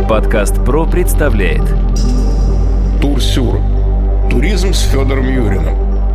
Подкаст ПРО представляет Турсюр. Туризм с Федором Юриным.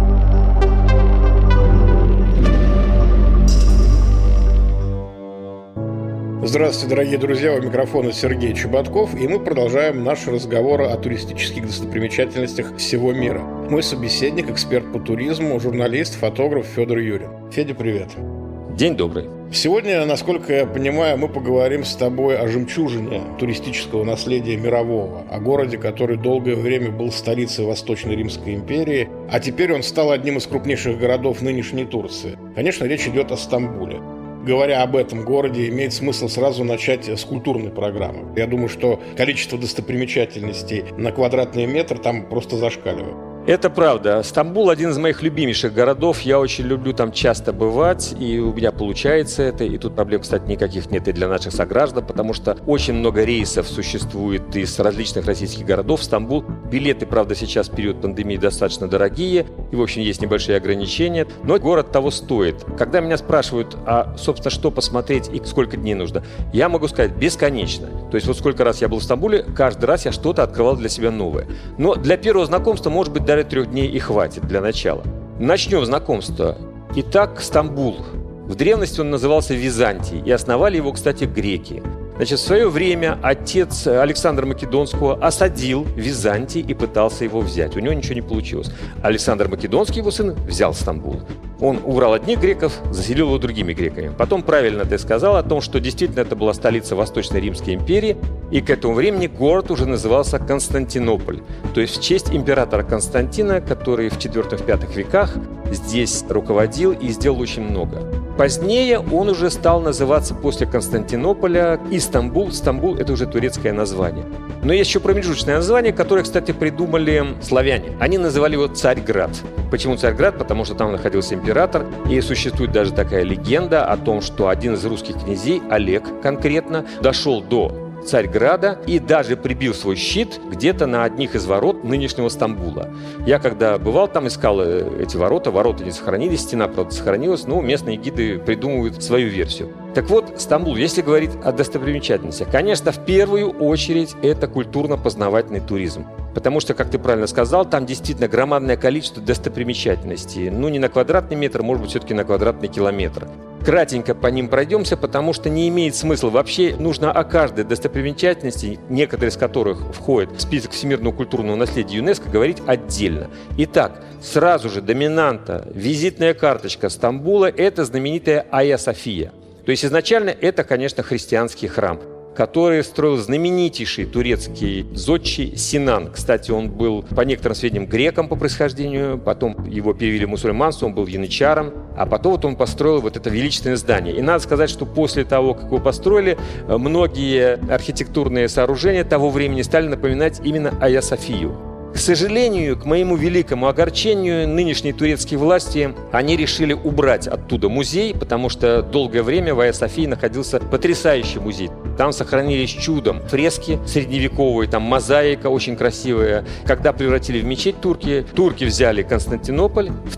Здравствуйте, дорогие друзья, у микрофона Сергей Чеботков, и мы продолжаем наши разговоры о туристических достопримечательностях всего мира. Мой собеседник, эксперт по туризму, журналист, фотограф Федор Юрин. Федя, привет. День добрый. Сегодня, насколько я понимаю, мы поговорим с тобой о жемчужине туристического наследия мирового, о городе, который долгое время был столицей Восточной Римской империи, а теперь он стал одним из крупнейших городов нынешней Турции. Конечно, речь идет о Стамбуле. Говоря об этом городе, имеет смысл сразу начать с культурной программы. Я думаю, что количество достопримечательностей на квадратный метр там просто зашкаливает. Это правда. Стамбул – один из моих любимейших городов. Я очень люблю там часто бывать, и у меня получается это. И тут проблем, кстати, никаких нет и для наших сограждан, потому что очень много рейсов существует из различных российских городов в Стамбул. Билеты, правда, сейчас в период пандемии достаточно дорогие, и, в общем, есть небольшие ограничения, но город того стоит. Когда меня спрашивают, собственно, что посмотреть и сколько дней нужно, я могу сказать бесконечно. То есть вот сколько раз я был в Стамбуле, каждый раз я что-то открывал для себя новое. Но для первого знакомства, может быть, даже 3 дней и хватит для начала. Начнем знакомство. Итак, Стамбул. В древности он назывался Византией, и основали его, кстати, греки. Значит, в свое время отец Александра Македонского осадил Византий и пытался его взять. У него ничего не получилось. Александр Македонский, его сын, взял Стамбул. Он убрал одних греков, заселил его другими греками. Потом правильно ты сказал о том, что действительно это была столица Восточной Римской империи, и к этому времени город уже назывался Константинополь. То есть в честь императора Константина, который в IV-V веках здесь руководил и сделал очень много. Позднее он уже стал называться после Константинополя Истамбул. Стамбул – это уже турецкое название. Но есть еще промежуточное название, которое, кстати, придумали славяне. Они называли его Царьград. Почему Царьград? Потому что там находился император. И существует даже такая легенда о том, что один из русских князей, Олег конкретно, дошел до Царьграда и даже прибил свой щит где-то на одних из ворот нынешнего Стамбула. Я когда бывал там, искал эти ворота не сохранились, стена, правда, сохранилась, но местные гиды придумывают свою версию. Так вот, Стамбул, если говорить о достопримечательностях, конечно, в первую очередь это культурно-познавательный туризм. Потому что, как ты правильно сказал, там действительно громадное количество достопримечательностей. Ну, не на квадратный метр, может быть, все-таки на квадратный километр. Кратенько по ним пройдемся, потому что не имеет смысла. Вообще нужно о каждой достопримечательности, некоторые из которых входят в список всемирного культурного наследия ЮНЕСКО, говорить отдельно. Итак, сразу же доминанта, визитная карточка Стамбула – это знаменитая Айя София. То есть изначально это, конечно, христианский храм, который строил знаменитейший турецкий зодчий Синан. Кстати, он был, по некоторым сведениям, греком по происхождению, потом его перевели в мусульманство, он был янычаром, а потом вот он построил вот это величественное здание. И надо сказать, что после того, как его построили, многие архитектурные сооружения того времени стали напоминать именно Айя Софию. К сожалению, к моему великому огорчению, нынешние турецкие власти, они решили убрать оттуда музей, потому что долгое время в Айя Софии находился потрясающий музей. Там сохранились чудом фрески средневековые, там мозаика очень красивая. Когда превратили в мечеть турки взяли Константинополь в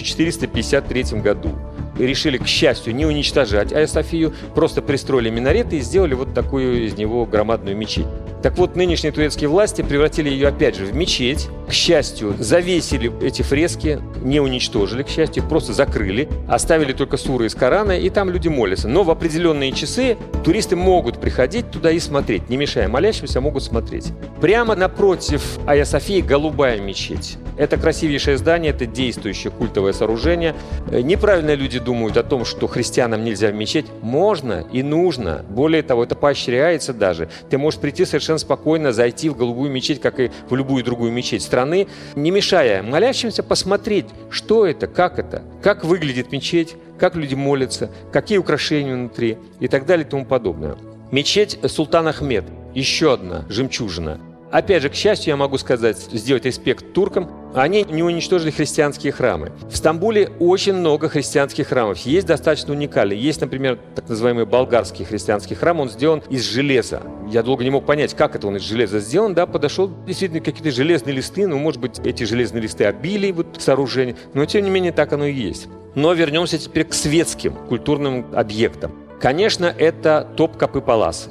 1453 году. И решили, к счастью, не уничтожать Айя Софию, просто пристроили минареты и сделали вот такую из него громадную мечеть. Так вот, нынешние турецкие власти превратили ее опять же в мечеть. К счастью, завесили эти фрески, не уничтожили, к счастью, их просто закрыли, оставили только суры из Корана, и там люди молятся. Но в определенные часы туристы могут приходить туда и смотреть, не мешая молящимся, могут смотреть. Прямо напротив Айя Софии голубая мечеть. Это красивейшее здание, это действующее культовое сооружение. Неправильно люди думают о том, что христианам нельзя в мечеть. Можно и нужно. Более того, это поощряется даже. Ты можешь прийти совершенно спокойно, зайти в голубую мечеть, как и в любую другую мечеть страны, не мешая молящимся посмотреть, что это, как выглядит мечеть, как люди молятся, какие украшения внутри и так далее и тому подобное. Мечеть Султан Ахмед, еще одна жемчужина. Опять же, к счастью, я могу сказать, сделать респект туркам, они не уничтожили христианские храмы. В Стамбуле очень много христианских храмов. Есть достаточно уникальные. Есть, например, так называемый болгарский христианский храм. Он сделан из железа. Я долго не мог понять, как это он из железа сделан. Да, подошел, действительно, какие-то железные листы. Ну, может быть, эти железные листы обили вот сооружение. Но, тем не менее, так оно и есть. Но вернемся теперь к светским культурным объектам. Конечно, это Топкапы Палас.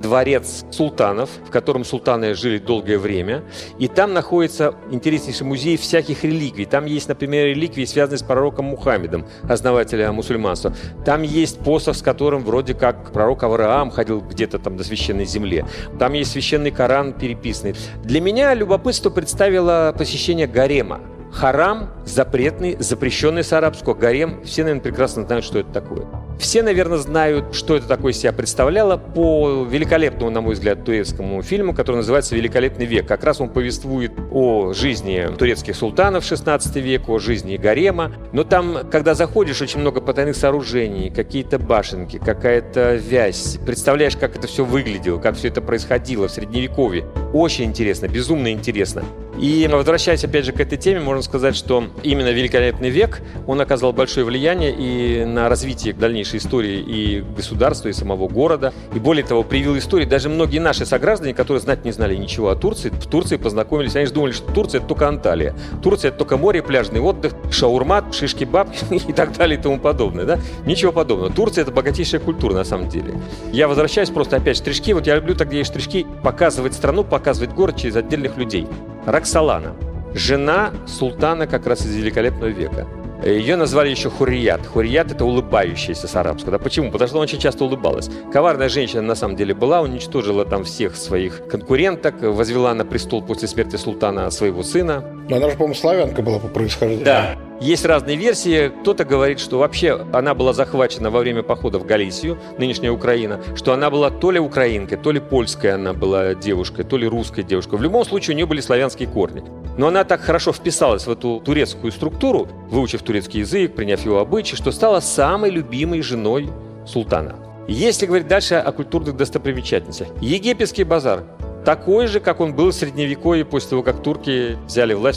дворец султанов, в котором султаны жили долгое время. И там находится интереснейший музей всяких реликвий. Там есть, например, реликвии, связанные с пророком Мухаммедом, основателя мусульманства. Там есть посох, с которым вроде как пророк Авраам ходил где-то там на священной земле. Там есть священный Коран переписанный. Для меня любопытство представило посещение гарема. Харам запретный, запрещенный с арабского, гарем. Все, наверное, прекрасно знают, что это такое. Все, наверное, знают, что это такое из себя представляло по великолепному, на мой взгляд, турецкому фильму, который называется «Великолепный век». Как раз он повествует о жизни турецких султанов XVI века, о жизни гарема. Но там, когда заходишь, очень много потайных сооружений, какие-то башенки, какая-то вязь. Представляешь, как это все выглядело, как все это происходило в Средневековье. Очень интересно, безумно интересно. И возвращаясь опять же к этой теме, можно сказать, что именно «Великолепный век», он оказал большое влияние и на развитие дальнейшей истории и государства, и самого города. И более того, привил истории даже многие наши сограждане, которые знать не знали ничего о Турции, в Турции познакомились. Они же думали, что Турция – это только Анталия. Турция – это только море, пляжный отдых, шаурма, шиш-кебаб и так далее и тому подобное. Да? Ничего подобного. Турция – это богатейшая культура на самом деле. Я возвращаюсь просто опять штришки. Вот я люблю, где есть штришки, показывать страну, показывать город через отдельных людей. Роксолана, жена султана как раз из «Великолепного века». Ее назвали еще Хуррият. Хуррият – это улыбающаяся с арабского. Да почему? Потому что она очень часто улыбалась. Коварная женщина на самом деле была, уничтожила там всех своих конкуренток, возвела на престол после смерти султана своего сына. Но она же, по-моему, славянка была по происхождению. Да. Есть разные версии. Кто-то говорит, что вообще она была захвачена во время похода в Галисию, нынешняя Украина, что она была то ли украинкой, то ли польской она была девушкой, то ли русской девушкой. В любом случае у нее были славянские корни. Но она так хорошо вписалась в эту турецкую структуру, выучив турецкий язык, приняв его обычаи, что стала самой любимой женой султана. Если говорить дальше о культурных достопримечательностях. Египетский базар. Такой же, как он был в Средневековье после того, как турки взяли власть в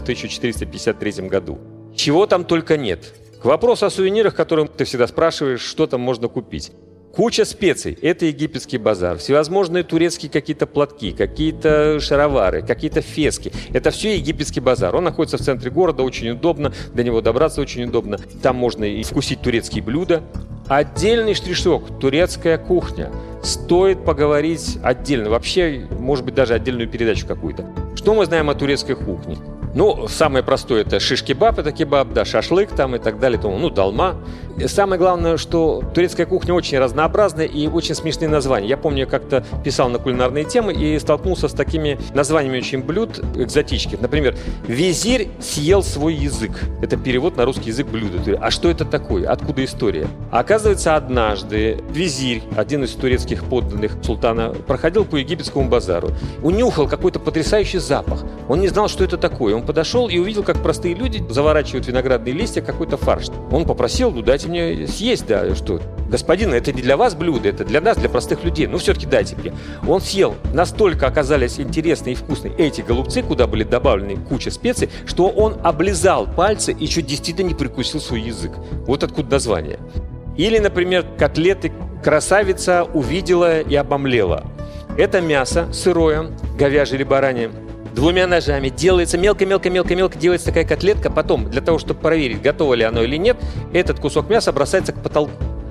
1453 году. Чего там только нет. К вопросу о сувенирах, которым ты всегда спрашиваешь, что там можно купить. Куча специй. Это египетский базар. Всевозможные турецкие какие-то платки, какие-то шаровары, какие-то фески. Это все египетский базар. Он находится в центре города, очень удобно. До него добраться очень удобно. Там можно и вкусить турецкие блюда. Отдельный штришок – турецкая кухня. Стоит поговорить отдельно. Вообще, может быть, даже отдельную передачу какую-то. Что мы знаем о турецкой кухне? Ну, самое простое – это шиш-кебаб, это кебаб, да, шашлык там и так далее, ну, долма. Самое главное, что турецкая кухня очень разнообразная и очень смешные названия. Я помню, я как-то писал на кулинарные темы и столкнулся с такими названиями очень блюд экзотических. Например, «Визирь съел свой язык». Это перевод на русский язык блюда. А что это такое? Откуда история? Оказывается, однажды визирь, один из турецких подданных султана, проходил по египетскому базару. Унюхал какой-то потрясающий запах. Он не знал, что это такое. Он подошел и увидел, как простые люди заворачивают в виноградные листья какой-то фарш. Он попросил, дайте мне съесть, да, что? Господин, это не для вас блюдо, это для нас, для простых людей. Ну, все-таки дайте мне. Он съел. Настолько оказались интересные и вкусные эти голубцы, куда были добавлены куча специй, что он облизал пальцы и чуть действительно не прикусил свой язык. Вот откуда название. Или, например, котлеты красавица увидела и обомлела. Это мясо сырое, говяжье или баранье. Двумя ножами делается мелко-мелко-мелко-мелко, делается такая котлетка. Потом, для того, чтобы проверить, готово ли оно или нет, этот кусок мяса бросается к потолку.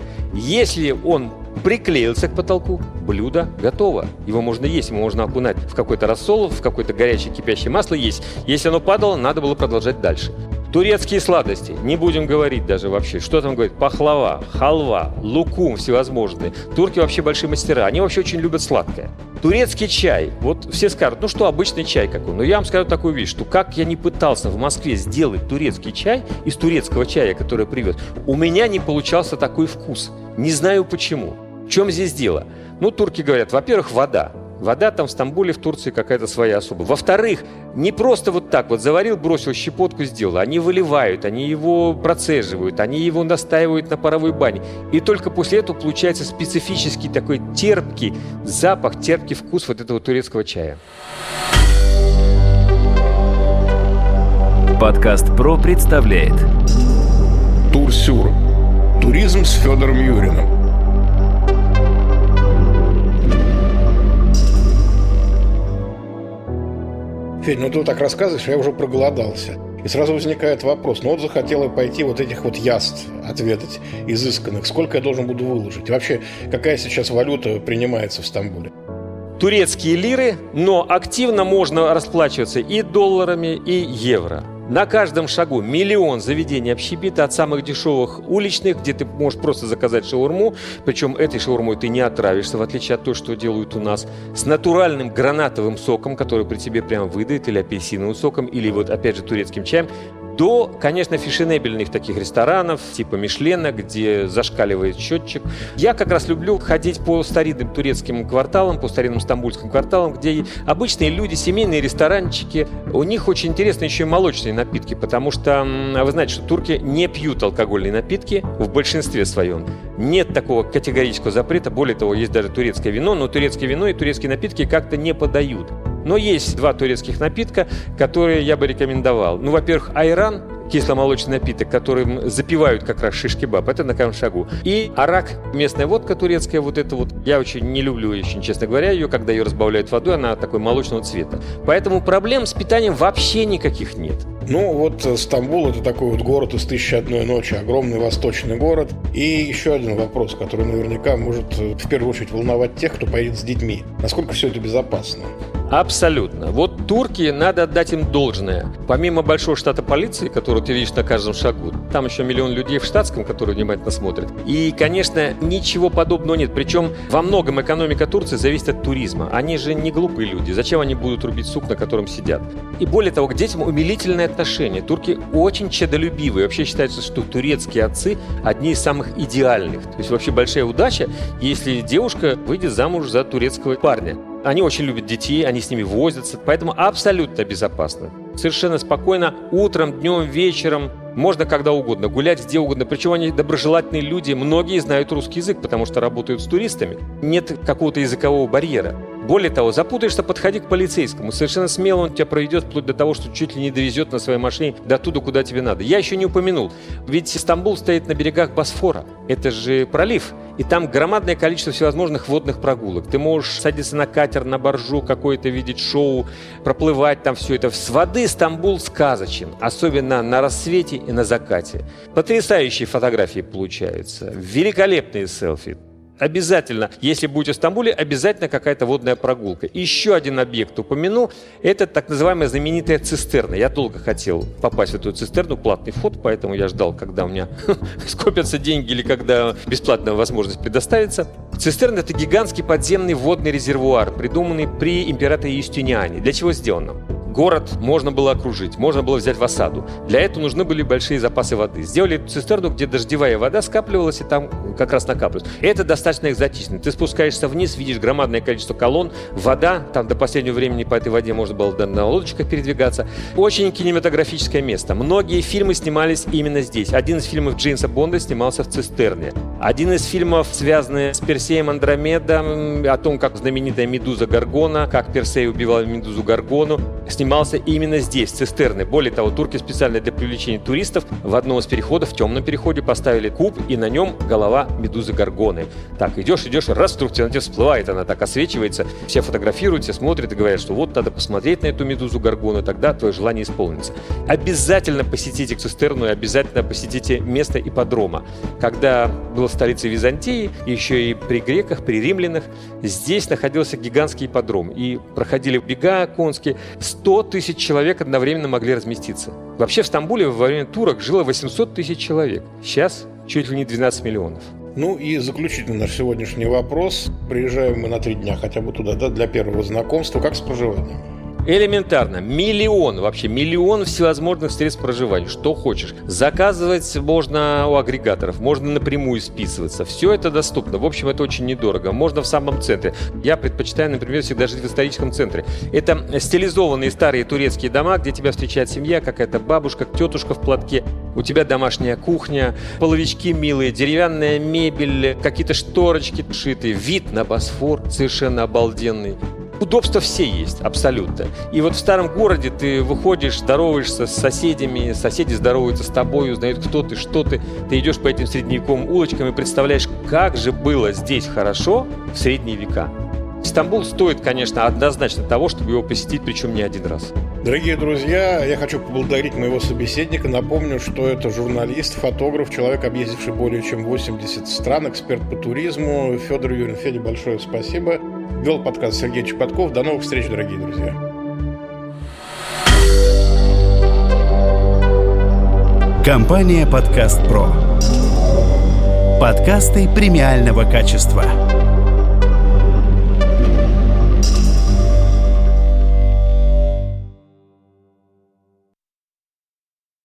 Если он приклеился к потолку, блюдо готово. Его можно есть, его можно окунать в какой-то рассол, в какое-то горячее кипящее масло есть. Если оно падало, надо было продолжать дальше. Турецкие сладости, не будем говорить даже вообще, что там говорит, пахлава, халва, лукум всевозможные. Турки вообще большие мастера, они вообще очень любят сладкое. Турецкий чай, вот все скажут, ну что, обычный чай какой. Но я вам скажу такую вещь, что как я не пытался в Москве сделать турецкий чай из турецкого чая, который я привез, у меня не получался такой вкус. Не знаю почему. В чем здесь дело? Ну, турки говорят, во-первых, вода. Вода там в Стамбуле, в Турции какая-то своя особая. Во-вторых, не просто вот так вот заварил, бросил, щепотку сделал. Они выливают, они его процеживают, они его настаивают на паровой бане. И только после этого получается специфический такой терпкий запах, терпкий вкус вот этого турецкого чая. Подкаст «Про» представляет Турсюр. Туризм с Федором Юриным. Федь, ну ты вот так рассказываешь, я уже проголодался. И сразу возникает вопрос, ну вот захотел я пойти вот этих вот яств отведать, изысканных. Сколько я должен буду выложить? И вообще, какая сейчас валюта принимается в Стамбуле? турецкие лиры, но активно можно расплачиваться и долларами, и евро. На каждом шагу миллион заведений общепита, от самых дешевых уличных, где ты можешь просто заказать шаурму, причем этой шаурмой ты не отравишься, в отличие от той, что делают у нас, с натуральным гранатовым соком, который при тебе прям выдает, или апельсиновым соком, или вот опять же турецким чаем, до, конечно, фешенебельных таких ресторанов, типа Мишлена, где зашкаливает счетчик. Я как раз люблю ходить по старинным турецким кварталам, по старинным стамбульским кварталам, где обычные люди, семейные ресторанчики. У них очень интересны еще и молочные напитки, потому что вы знаете, что турки не пьют алкогольные напитки в большинстве своем. Нет такого категорического запрета. Более того, есть даже турецкое вино, но турецкое вино и турецкие напитки как-то не подают. Но есть два турецких напитка, которые я бы рекомендовал. Ну, во-первых, айран, кисломолочный напиток, которым запивают как раз шиш-кебаб, это на каждом шагу. И арак, местная водка турецкая, вот это вот, я очень не люблю, очень честно говоря, ее, когда ее разбавляют водой, она такой молочного цвета. Поэтому проблем с питанием вообще никаких нет. Ну, вот Стамбул – это такой вот город из «1001 ночи», огромный восточный город. И еще один вопрос, который наверняка может в первую очередь волновать тех, кто поедет с детьми. Насколько все это безопасно? Абсолютно. Вот турки, надо отдать им должное. Помимо большого штата полиции, которого ты видишь на каждом шагу, там еще миллион людей в штатском, которые внимательно смотрят. И, конечно, ничего подобного нет. Причем во многом экономика Турции зависит от туризма. Они же не глупые люди. Зачем они будут рубить сук, на котором сидят? И более того, к детям умилительное отношение. Турки очень чадолюбивые. Вообще считается, что турецкие отцы одни из самых идеальных. То есть вообще большая удача, если девушка выйдет замуж за турецкого парня. Они очень любят детей, они с ними возятся, поэтому абсолютно безопасно. Совершенно спокойно, утром, днем, вечером, можно когда угодно, гулять где угодно. Причем они доброжелательные люди, многие знают русский язык, потому что работают с туристами. Нет какого-то языкового барьера. Более того, запутаешься, подходи к полицейскому. Совершенно смело он тебя проведет вплоть до того, что чуть ли не довезет на своей машине до туда, куда тебе надо. Я еще не упомянул, ведь Стамбул стоит на берегах Босфора. Это же пролив. И там громадное количество всевозможных водных прогулок. Ты можешь садиться на катер, на баржу, какое-то видеть шоу, проплывать там все это. С воды Стамбул сказочен, особенно на рассвете и на закате. Потрясающие фотографии получаются, великолепные селфи. Обязательно, если будете в Стамбуле, обязательно какая-то водная прогулка. Еще один объект упомяну, это так называемая знаменитая цистерна. Я долго хотел попасть в эту цистерну, платный вход, поэтому я ждал, когда у меня скопятся деньги или когда бесплатная возможность предоставится. Цистерна – это гигантский подземный водный резервуар, придуманный при императоре Юстиниане. Для чего сделано? Город можно было окружить, можно было взять в осаду. Для этого нужны были большие запасы воды. Сделали цистерну, где дождевая вода скапливалась и там как раз накапливалась. Это достаточно экзотично. Ты спускаешься вниз, видишь громадное количество колонн, вода, там до последнего времени по этой воде можно было на лодочках передвигаться. Очень кинематографическое место. Многие фильмы снимались именно здесь. Один из фильмов Джеймса Бонда снимался в цистерне. Один из фильмов, связанный с Персеем Андромеда, о том, как знаменитая медуза Горгона, как Персей убивал медузу Горгону, снимался именно здесь, в цистерне. Более того, турки специально для привлечения туристов в одном из переходов, в темном переходе, поставили куб, и на нем голова медузы Горгоны. Так, идешь, раз вдруг тебе всплывает, она так освечивается, все фотографируют, все смотрят и говорят, что вот надо посмотреть на эту медузу Горгону, тогда твое желание исполнится. Обязательно посетите цистерну и обязательно посетите место ипподрома. Когда было в столице Византии, еще и при греках, при римлянах, здесь находился гигантский ипподром, и проходили бега конские. 100 тысяч человек одновременно могли разместиться. Вообще в Стамбуле во время турок жило 800 тысяч человек. Сейчас чуть ли не 12 миллионов. Ну и заключительный наш сегодняшний вопрос. Приезжаем мы на 3 дня хотя бы туда, да, для первого знакомства. Как с проживанием? Элементарно. Миллион всевозможных средств проживания. Что хочешь. Заказывать можно у агрегаторов, можно напрямую списываться. Все это доступно. В общем, это очень недорого. Можно в самом центре. Я предпочитаю, например, всегда жить в историческом центре. Это стилизованные старые турецкие дома, где тебя встречает семья, какая-то бабушка, тетушка в платке. У тебя домашняя кухня, половички милые, деревянная мебель, какие-то шторочки сшитые. Вид на Босфор совершенно обалденный. Удобства все есть, абсолютно. И вот в старом городе ты выходишь, здороваешься с соседями, соседи здороваются с тобой, узнают, кто ты, что ты. Ты идешь по этим средневековым улочкам и представляешь, как же было здесь хорошо в средние века. Стамбул стоит, конечно, однозначно того, чтобы его посетить, причем не один раз. Дорогие друзья, я хочу поблагодарить моего собеседника. Напомню, что это журналист, фотограф, человек, объездивший более чем 80 стран, эксперт по туризму. Федор Юрьевич, Федя, большое спасибо. Вел подкаст Сергей Чеботков. До новых встреч, дорогие друзья. Компания «Подкаст Про». Подкасты премиального качества.